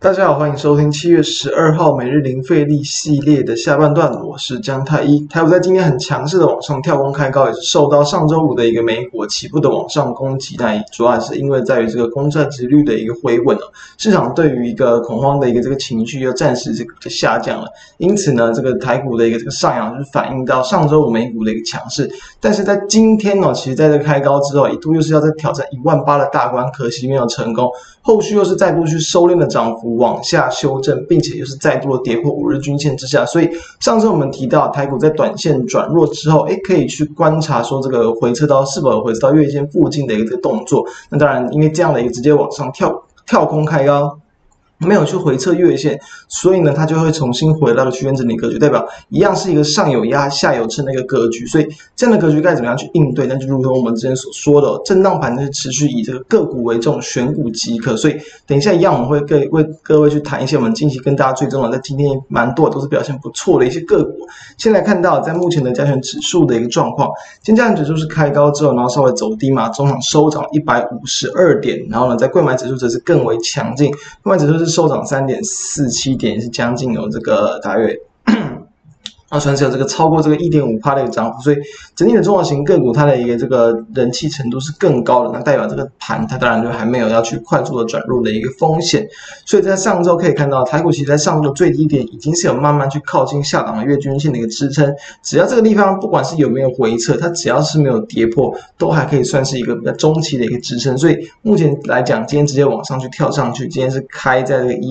大家好，欢迎收听7月12号每日零费力系列的下半段，我是江太一。台股在今天很强势的往上跳空开高，也是受到上周五的一个美股起步的往上攻击，那也主要是因为在于这个公债殖率的一个回稳市场对于一个恐慌的一个这个情绪又暂时这个下降了，因此呢，这个台股的一个这个上扬就是反映到上周五美股的一个强势，但是在今天其实在这个开高之后，一度又是要再挑战18000的大关，可惜没有成功，后续又是再度去收敛的涨幅往下修正，并且又是再度的跌破5日均线之下，所以上周我们提到台股在短线转弱之后，可以去观察说这个回撤到是否有回撤到月线附近的一个动作。那当然，因为这样的一个直接往上跳空开高，没有去回测月线，所以呢，它就会重新回到了区间整理格局，代表一样是一个上有压、下有撑的一个格局。所以这样的格局该怎么样去应对？那就如同我们之前所说的，震荡盘是持续以这个个股为重，选股即可。所以等一下一样，我们会为各位去谈一些我们近期跟大家追踪的，在今天蛮多都是表现不错的一些个股。先来看到在目前的加权指数的一个状况，今天加权指数是开高之后，然后稍微走低嘛，中场收涨152点，然后呢，在柜买指数则是更为强劲，柜买指数是收涨3.47点，也是将近有这个大约算是有这个超过这个 1.5% 的一个涨幅，所以整体的中小型个股它的一个这个人气程度是更高的，那代表这个盘它当然就还没有要去快速的转入的一个风险。所以在上周可以看到，台股其实在上周的最低点已经是有慢慢去靠近下档的月均线的一个支撑，只要这个地方不管是有没有回撤，它只要是没有跌破，都还可以算是一个比较中期的一个支撑。所以目前来讲，今天直接往上去跳上去，今天是开在这个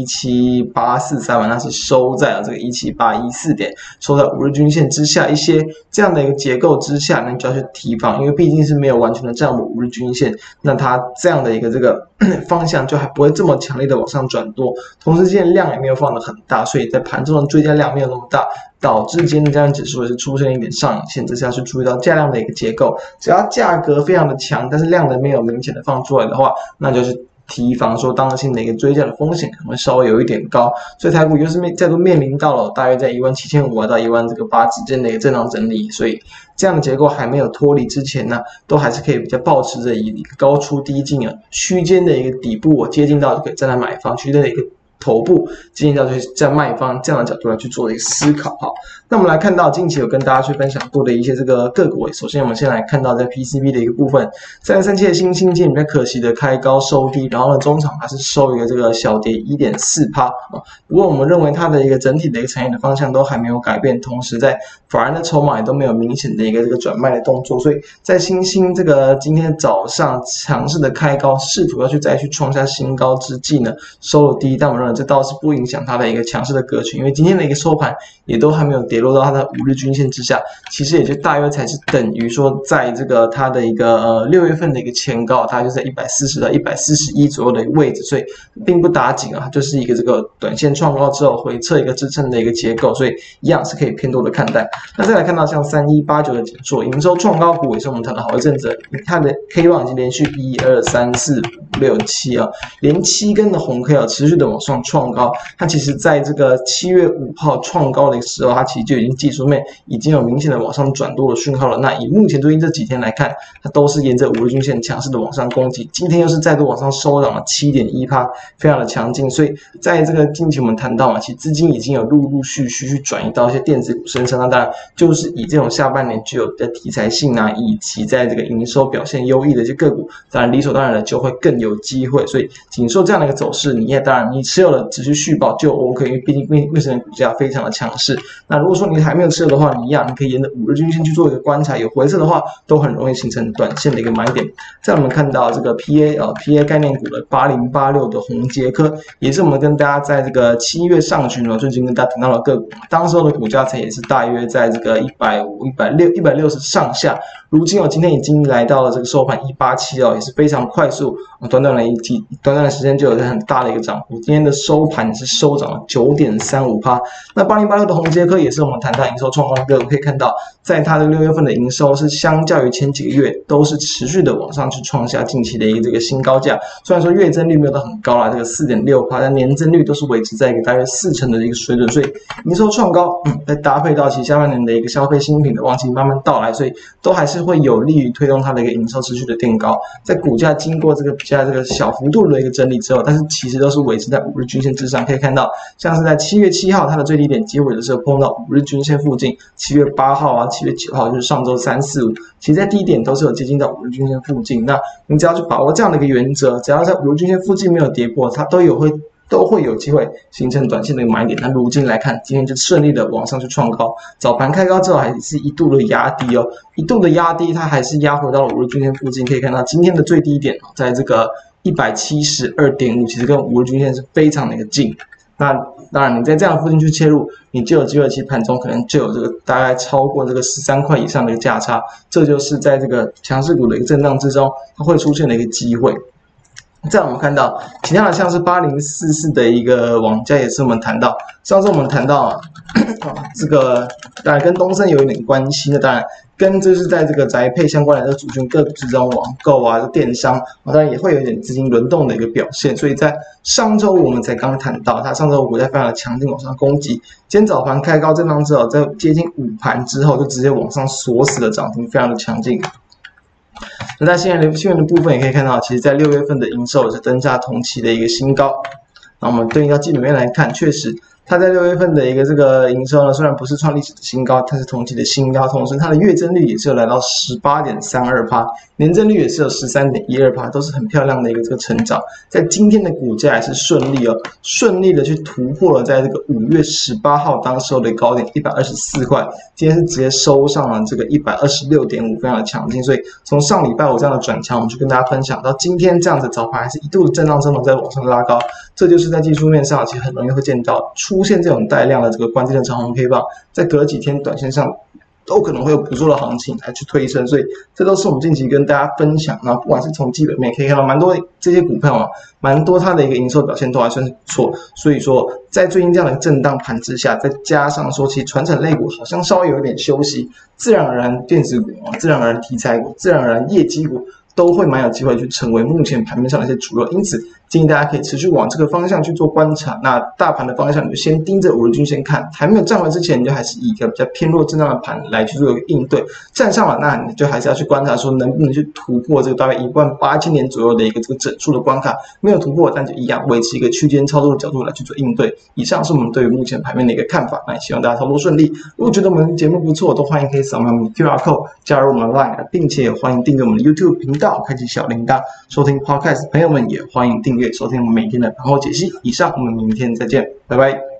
17843，那是收在了这个17814点，收在5日均线之下一些这样的一个结构之下，那你就要去提防，因为毕竟是没有完全的站稳5日均线，那它这样的一个这个方向就还不会这么强烈的往上转多，同时今天量也没有放得很大，所以在盘中的追加量没有那么大，导致今天的加权指数也是出现一点上影线，这是要去注意到价量的一个结构，只要价格非常的强，但是量能没有明显的放出来的话，那就是提防说当性的一个追价的风险可能会稍微有一点高，所以台股又是再度面临到了大约在17500到18000之间的一个震荡整理，所以这样的结构还没有脱离之前呢，都还是可以比较抱持着以一个高出低进区间的一个底部接近到就可以站在买方区间的一个头部接近到就是在卖方这样的角度来去做一个思考。好，那我们来看到近期有跟大家去分享过的一些这个个股，首先我们先来看到在 PCB 的一个部分，3237的新兴比较可惜的开高收低，然后呢中场还是收一个这个小跌 1.4%， 不过我们认为它的一个整体的一个产业的方向都还没有改变，同时在法人的筹码也都没有明显的一个这个转卖的动作，所以在新兴这个今天早上强势的开高，试图要去再去创下新高之际呢，收了低，但我认为这倒是不影响它的一个强势的格局，因为今天的一个收盘也都还没有跌落到它的5日均线之下，其实也就大约才是等于说在这个它的一个6月份的一个前高，它就在140到141左右的一个位置，所以并不打紧它就是一个这个短线创高之后回撤一个支撑的一个结构，所以一样是可以偏多的看待。那再来看到像3189的景硕，营收创高股也是我们谈了好一阵子，它的 K 棒已经连续1、2、3、4、5、6、7连7根的红 K 持续的往上创高，它其实在这个7月5号创高的时候，它其实就已经技术面已经有明显的往上转多的讯号了。那以目前最近这几天来看，它都是沿着5日均线强势的往上攻击，今天又是再度往上收涨了 7.1%， 非常的强劲。所以在这个近期我们谈到其实资金已经有陆续去转移到一些电子股身上，那当然就是以这种下半年具有的题材性以及在这个营收表现优异的一些个股，当然理所当然的就会更有机会。所以锦硕这样的一个走势，当然你持有了持续续报就 OK， 因为毕竟卫生股价非常的强势。那如果说你还没有持有的话，你可以沿着5日均线去做一个观察，有回撤的话都很容易形成短线的一个买点。再我们看到这个 PA 概念股的8086的宏捷科，也是我们跟大家在这个7月上旬最近跟大家谈到的个股，当时候的股价才也是大约在这个150、160、160上下，如今今天已经来到了这个收盘187也是非常快速，短短的时间就有很大的一个涨幅，今天的收盘是收涨了 9.35%。那8086的宏捷科也是我们谈到营收创高的个股，可以看到在它的6月份的营收是相较于前几个月都是持续的往上去创下近期的一个这个新高价，虽然说月增率没有到很高啦，这个 4.6%， 但年增率都是维持在一个大约40%的一个水准，所以营收创高再搭配到其下半年的一个消费新品的旺季慢慢到来，所以都还是是会有利于推动它的一个营收持续的垫高。在股价经过这个比较小幅度的一个整理之后，但是其实都是维持在5日均线之上。可以看到，像是在7月7号它的最低点结尾的时候碰到5日均线附近，7月8号啊、7月9号就是上周3、4、5，其实在低点都是有接近到5日均线附近。那你只要去把握这样的一个原则，只要在5日均线附近没有跌破，它都会有机会形成短线的一个买点。那如今来看，今天就顺利的往上去创高，早盘开高之后还是一度的压低哦，一度的压低，它还是压回到了5日均线附近。可以看到今天的最低点在这个172.5，其实跟5日均线是非常的一个近。那当然，你在这样附近去切入，你就有机会，其实盘中可能就有这个大概超过这个13块以上的一个价差，这就是在这个强势股的一个震荡之中，它会出现的一个机会。再我们看到其他的像是8044的一个网价也是我们谈到，上次我们谈到这个当然跟东森有一点关系，那当然跟就是在这个宅配相关的这个族群个股之中，网购啊、电商，当然也会有一点资金轮动的一个表现。所以在上周五我们才刚谈到，它上周五股价非常的强劲往上攻击，今天早盘开高震荡之后，在接近午盘之后就直接往上锁死了涨停，非常的强劲。那在新闻的部分也可以看到，其实在6月份的营收也是登下同期的一个新高。那我们对应到基本面来看，确实它在6月份的一个这个营收呢，虽然不是创历史的新高，但是同期的新高，同时它的月增率也是有来到 18.32%， 年增率也是有 13.12%， 都是很漂亮的一个这个成长。在今天的股价也是顺利的去突破了在这个5月18号当时候的高点124块，今天是直接收上了这个 126.5， 非常的强劲。所以从上礼拜五这样的转强，我们就跟大家分享到今天这样子早盘还是一度的震荡之后再往上拉高，这就是在技术面上其实很容易会见到出现这种带量的这个关键的长红 K 棒，在隔几天短线上都可能会有捕捉的行情来去推升，所以这都是我们近期跟大家分享。那不管是从基本面可以看到，蛮多这些股票蛮多它的一个营收表现都还算是不错。所以说，在最近这样的震荡盘之下，再加上说其实传产类股好像稍微有一点休息，自然而然电子股、自然而然题材股、自然而然业绩股都会蛮有机会去成为目前盘面上的一些主流，因此建议大家可以持续往这个方向去做观察。那大盘的方向你就先盯着5日均线看，还没有站稳之前，你就还是以一个比较偏弱震荡的盘来去做一个应对。站上了，那你就还是要去观察说能不能去突破这个大概18000点左右的一个这个整数的关卡，没有突破，但就一样维持一个区间操作的角度来去做应对。以上是我们对于目前盘面的一个看法，那也希望大家操作顺利。如果觉得我们节目不错，都欢迎可以扫描我们的 QR code 加入我们的 LINE， 并且也欢迎订阅我们的 YouTube 频道，开启小铃铛，收听 Podcast。朋友们也欢迎订阅收听我们每天的盘后解析。以上，我们明天再见，拜拜。